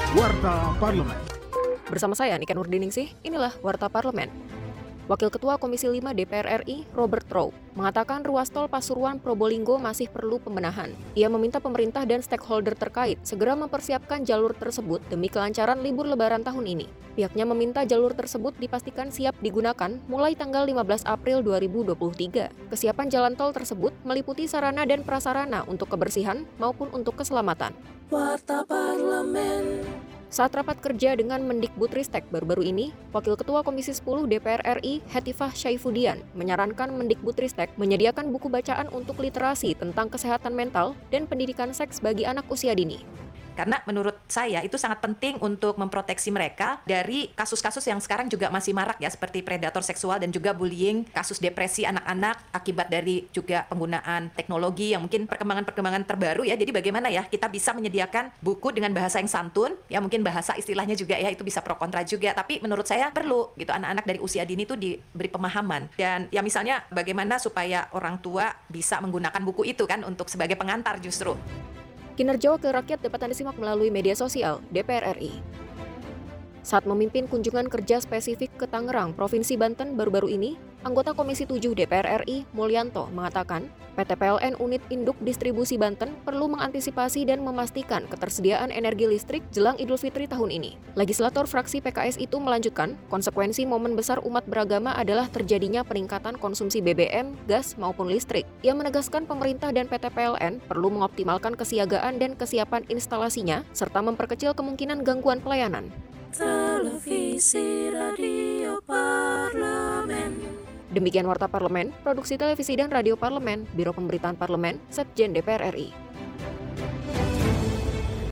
Warta Parlemen. Bersama saya, Niken Nurdiningsih, inilah Warta Parlemen. Wakil Ketua Komisi 5 DPR RI, Robert Rowe, mengatakan ruas tol Pasuruan Probolinggo masih perlu pembenahan. Ia meminta pemerintah dan stakeholder terkait segera mempersiapkan jalur tersebut demi kelancaran libur lebaran tahun ini. Pihaknya meminta jalur tersebut dipastikan siap digunakan mulai tanggal 15 April 2023. Kesiapan jalan tol tersebut meliputi sarana dan prasarana untuk kebersihan maupun untuk keselamatan. Warta Parlemen. Saat rapat kerja dengan Mendikbudristek baru-baru ini, Wakil Ketua Komisi 10 DPR RI, Hetifah Syaifudian, menyarankan Mendikbudristek menyediakan buku bacaan untuk literasi tentang kesehatan mental dan pendidikan seks bagi anak usia dini. Karena menurut saya itu sangat penting untuk memproteksi mereka dari kasus-kasus yang sekarang juga masih marak ya, seperti predator seksual dan juga bullying, kasus depresi anak-anak akibat dari juga penggunaan teknologi yang mungkin perkembangan-perkembangan terbaru ya. Jadi bagaimana ya kita bisa menyediakan buku dengan bahasa yang santun, ya mungkin bahasa istilahnya juga ya itu bisa pro kontra juga, tapi menurut saya perlu gitu anak-anak dari usia dini itu diberi pemahaman. Dan ya misalnya bagaimana supaya orang tua bisa menggunakan buku itu kan untuk sebagai pengantar justru. Kinerja Wakil Rakyat dapat Anda simak melalui media sosial DPR RI. Saat memimpin kunjungan kerja spesifik ke Tangerang, Provinsi Banten baru-baru ini, anggota Komisi 7 DPR RI, Mulyanto, mengatakan PT PLN Unit Induk Distribusi Banten perlu mengantisipasi dan memastikan ketersediaan energi listrik jelang Idul Fitri tahun ini. Legislator fraksi PKS itu melanjutkan, konsekuensi momen besar umat beragama adalah terjadinya peningkatan konsumsi BBM, gas, maupun listrik. Ia menegaskan pemerintah dan PT PLN perlu mengoptimalkan kesiagaan dan kesiapan instalasinya, serta memperkecil kemungkinan gangguan pelayanan. Televisi Radio Parlemen. Demikian Warta Parlemen, Produksi Televisi dan Radio Parlemen, Biro Pemberitaan Parlemen, Setjen DPR RI.